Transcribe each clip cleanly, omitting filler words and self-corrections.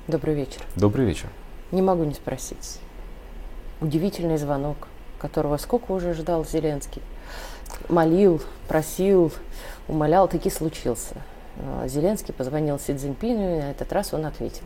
Добрый вечер. Добрый вечер. Не могу не спросить. Удивительный звонок, которого сколько уже ждал Зеленский. Молил, просил, умолял, таки случился. Зеленский позвонил Си Цзиньпину, и на этот раз он ответил.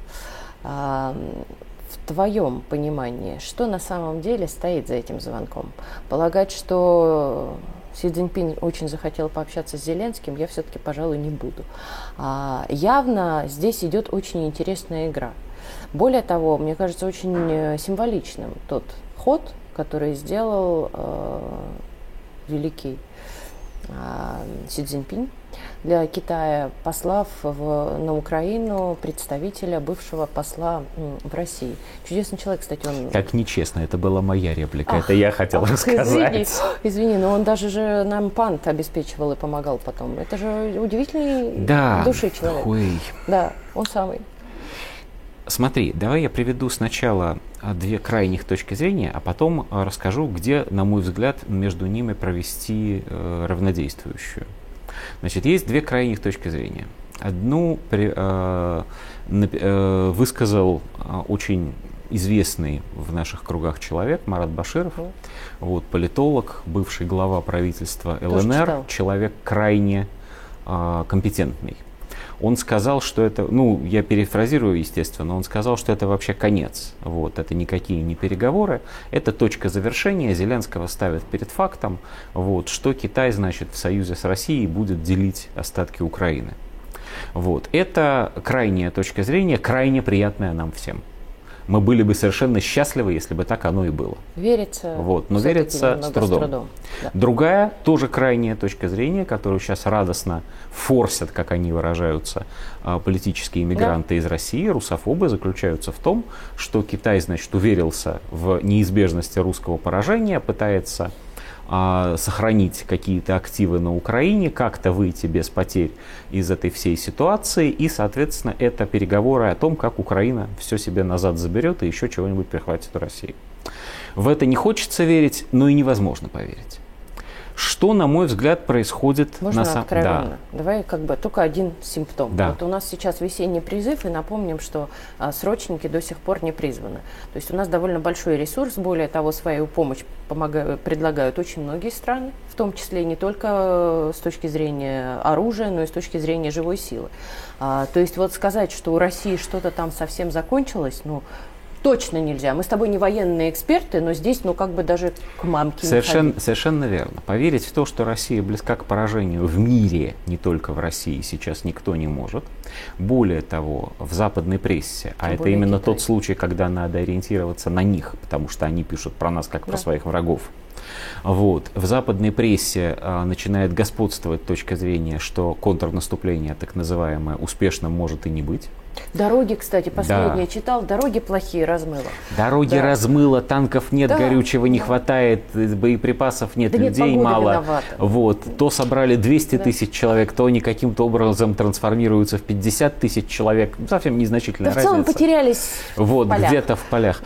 В твоем понимании, что на самом деле стоит за этим звонком? Полагать, что Си Цзиньпин очень захотел пообщаться с Зеленским, я все-таки, пожалуй, не буду. Явно здесь идет очень интересная игра. Более того, мне кажется, очень символичным тот ход, который сделал великий Си Цзиньпин для Китая, послав на Украину представителя, бывшего посла в России. Чудесный человек, кстати, он... Как нечестно, это была моя реплика, это я хотел рассказать. Извини, но он даже же нам пант обеспечивал и помогал потом. Это же удивительный души человек. Хуэй. Да, он самый. Смотри, давай я приведу сначала две крайних точки зрения, а потом расскажу, где, на мой взгляд, между ними провести равнодействующую. Значит, есть две крайних точки зрения. Одну высказал очень известный в наших кругах человек Марат Баширов, политолог, бывший глава правительства ЛНР, человек крайне компетентный. Он сказал, что это, я перефразирую, естественно, он сказал, что это вообще конец. Это никакие не переговоры, это точка завершения. Зеленского ставят перед фактом, что Китай, значит, в союзе с Россией будет делить остатки Украины. Это крайняя точка зрения, крайне приятная нам всем. Мы были бы совершенно счастливы, если бы так оно и было. Верится. Но верится с трудом. Да. Другая, тоже крайняя точка зрения, которую сейчас радостно форсят, как они выражаются, политические иммигранты из России, русофобы, заключаются в том, что Китай, значит, уверился в неизбежности русского поражения, пытается сохранить какие-то активы на Украине, как-то выйти без потерь из этой всей ситуации. И, соответственно, это переговоры о том, как Украина все себе назад заберет и еще чего-нибудь прихватит у России. В это не хочется верить, но и невозможно поверить. Что, на мой взгляд, происходит на самом деле? Да. Давай только один симптом. Да. У нас сейчас весенний призыв, и напомним, что срочники до сих пор не призваны. То есть у нас довольно большой ресурс, более того, свою помощь предлагают очень многие страны, в том числе не только с точки зрения оружия, но и с точки зрения живой силы. То есть сказать, что у России что-то там совсем закончилось, точно нельзя. Мы с тобой не военные эксперты, но здесь, даже к мамке не ходить. Совершенно верно. Поверить в то, что Россия близка к поражению в мире, не только в России, сейчас никто не может. Более того, в западной прессе, это именно Китай. Тот случай, когда надо ориентироваться на них, потому что они пишут про нас как про своих врагов. В западной прессе начинает господствовать точка зрения, что контрнаступление, так называемое, успешным может и не быть. Дороги, кстати, последнее читал, дороги плохие, размыло. Дороги размыло, танков нет, горючего не хватает, боеприпасов нет, людей мало. То собрали 200 тысяч человек, то они каким-то образом трансформируются в 50 тысяч человек. Совсем незначительная разница. В целом потерялись в полях. Где-то в полях.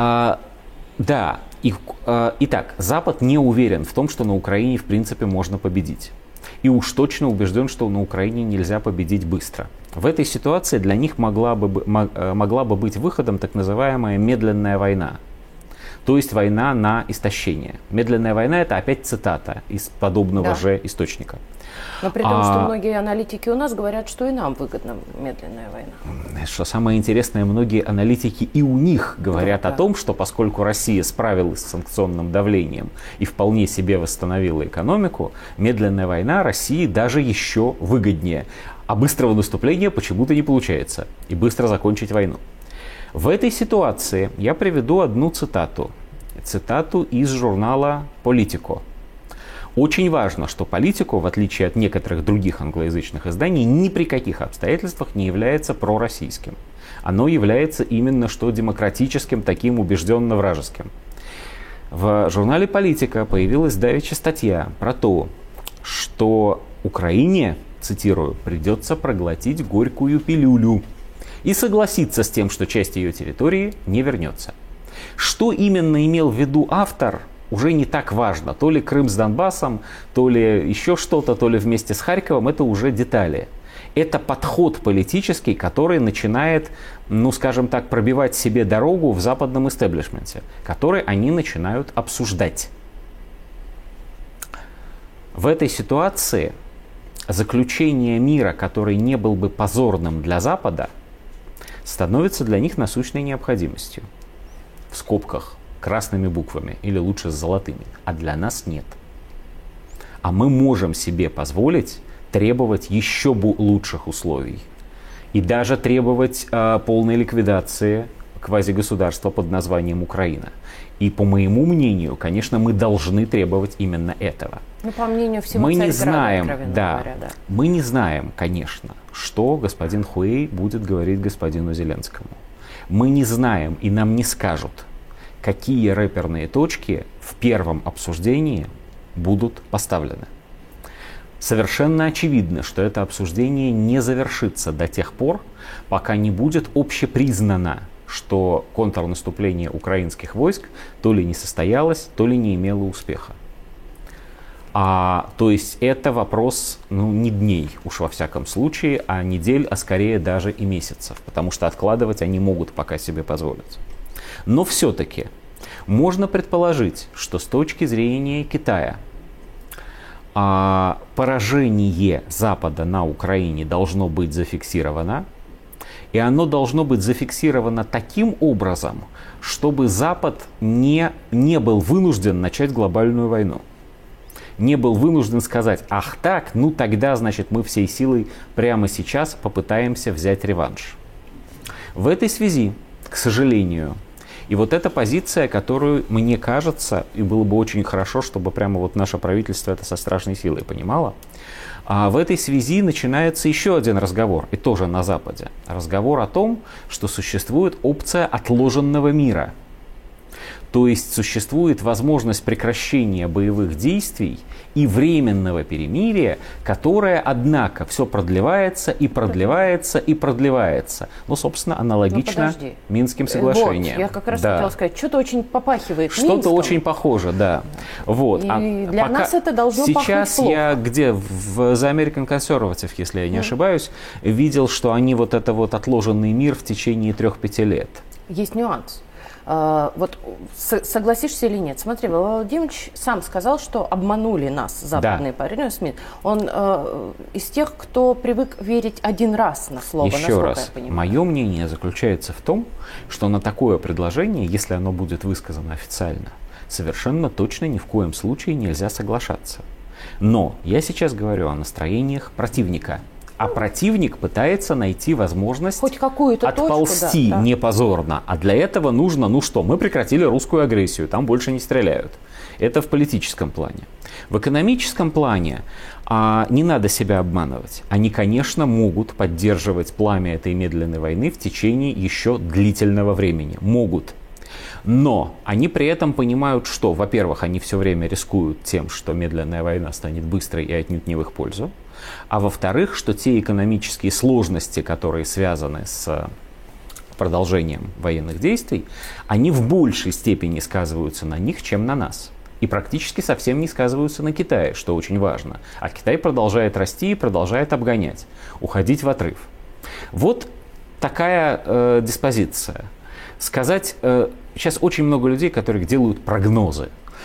Итак, Запад не уверен в том, что на Украине в принципе можно победить. И уж точно убежден, что на Украине нельзя победить быстро. В этой ситуации для них могла бы быть выходом так называемая медленная война. То есть война на истощение. Медленная война — это опять цитата из подобного же источника. Но при том, что многие аналитики у нас говорят, что и нам выгодна медленная война. Что самое интересное, многие аналитики и у них говорят о том, что поскольку Россия справилась с санкционным давлением и вполне себе восстановила экономику, медленная война России даже еще выгоднее. А быстрого наступления почему-то не получается. И быстро закончить войну. В этой ситуации я приведу одну цитату. Цитату из журнала «Политико». Очень важно, что «Политико», в отличие от некоторых других англоязычных изданий, ни при каких обстоятельствах не является пророссийским. Оно является именно что демократическим, таким убежденно вражеским. В журнале «Политика» появилась давеча статья про то, что Украине, цитирую, придется проглотить горькую пилюлю и согласиться с тем, что часть ее территории не вернется. Что именно имел в виду автор, уже не так важно. То ли Крым с Донбассом, то ли еще что-то, то ли вместе с Харьковом, это уже детали. Это подход политический, который начинает, ну скажем так, пробивать себе дорогу в западном истеблишменте, который они начинают обсуждать. В этой ситуации заключение мира, который не был бы позорным для Запада, становится для них насущной необходимостью. В скобках, красными буквами, или лучше золотыми. А для нас нет. А мы можем себе позволить требовать еще лучших условий. И даже требовать полной ликвидации квазигосударства под названием Украина. И по моему мнению, конечно, мы должны требовать именно этого. Ну, по мнению всего мы не Царьграда, знаем, говоря, да. Мы не знаем, конечно, что господин Хуэй будет говорить господину Зеленскому. Мы не знаем и нам не скажут, какие рэперные точки в первом обсуждении будут поставлены. Совершенно очевидно, что это обсуждение не завершится до тех пор, пока не будет общепризнано, что контрнаступление украинских войск то ли не состоялось, то ли не имело успеха. То есть это вопрос, не дней уж во всяком случае, а недель, а скорее даже и месяцев, потому что откладывать они могут пока себе позволить. Но все-таки можно предположить, что с точки зрения Китая поражение Запада на Украине должно быть зафиксировано, и оно должно быть зафиксировано таким образом, чтобы Запад не был вынужден начать глобальную войну. Не был вынужден сказать: ах так, тогда, значит, мы всей силой прямо сейчас попытаемся взять реванш. В этой связи, к сожалению, и вот эта позиция, которую, мне кажется, и было бы очень хорошо, чтобы прямо вот наше правительство это со страшной силой понимало, в этой связи начинается еще один разговор, и тоже на Западе. Разговор о том, что существует опция отложенного мира. То есть существует возможность прекращения боевых действий и временного перемирия, которое, однако, все продлевается и продлевается и продлевается. Собственно, аналогично Минским соглашениям. Вот, я как раз хотела сказать, что-то очень попахивает Минском. Что-то очень похоже, да. Вот. И для нас это должно пахнуть плохо. Сейчас я в The American Conservative, если я не ошибаюсь, видел, что они вот это вот отложенный мир в течение 3-5 лет. Есть нюанс. Вот согласишься или нет? Смотри, Владимирович сам сказал, что обманули нас западные парни, СМИ. Он из тех, кто привык верить один раз на слово, Еще раз, я понимаю. Мое мнение заключается в том, что на такое предложение, если оно будет высказано официально, совершенно точно ни в коем случае нельзя соглашаться. Но я сейчас говорю о настроениях противника. А противник пытается найти возможность хоть какую-то отползти точку, не позорно. А для этого нужно, мы прекратили русскую агрессию, там больше не стреляют. Это в политическом плане. В экономическом плане не надо себя обманывать. Они, конечно, могут поддерживать пламя этой медленной войны в течение еще длительного времени. Могут. Но они при этом понимают, что, во-первых, они все время рискуют тем, что медленная война станет быстрой и отнюдь не в их пользу. А во-вторых, что те экономические сложности, которые связаны с продолжением военных действий, они в большей степени сказываются на них, чем на нас. И практически совсем не сказываются на Китае, что очень важно. А Китай продолжает расти и продолжает обгонять, уходить в отрыв. Вот такая диспозиция. Сказать, сейчас очень много людей, которые делают прогнозы.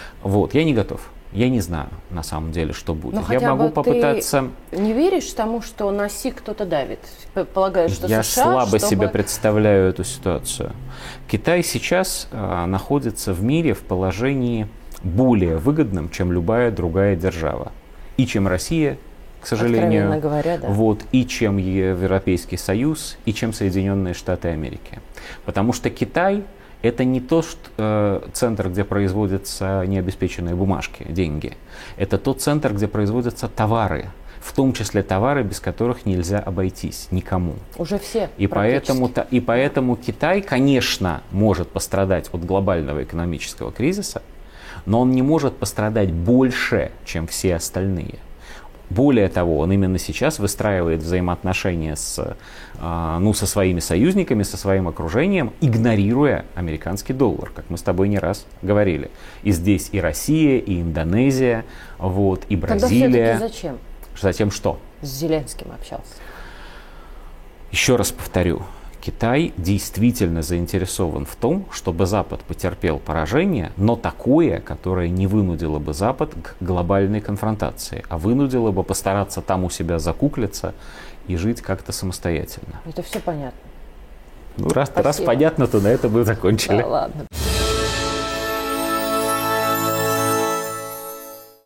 Я не готов. Я не знаю, на самом деле, что будет. Но я могу попытаться... Ты не веришь тому, что на СИ кто-то давит? Полагаю, что я США, слабо себе представляю эту ситуацию. Китай сейчас находится в мире в положении более выгодном, чем любая другая держава. И чем Россия, к сожалению. Откровенно говоря, да. И чем Европейский Союз, и чем Соединенные Штаты Америки. Потому что Китай... Это не тот центр, где производятся необеспеченные бумажки, деньги. Это тот центр, где производятся товары, в том числе товары, без которых нельзя обойтись никому. Уже все. И поэтому Китай, конечно, может пострадать от глобального экономического кризиса, но он не может пострадать больше, чем все остальные. Более того, он именно сейчас выстраивает взаимоотношения со своими союзниками, со своим окружением, игнорируя американский доллар, как мы с тобой не раз говорили. И здесь и Россия, и Индонезия, и Бразилия. Тогда все-таки зачем? Затем что? С Зеленским общался. Еще раз повторю, Китай действительно заинтересован в том, чтобы Запад потерпел поражение, но такое, которое не вынудило бы Запад к глобальной конфронтации, а вынудило бы постараться там у себя закуклиться и жить как-то самостоятельно. Это все понятно. Ну, раз понятно, то на этом мы закончили. Да, ладно.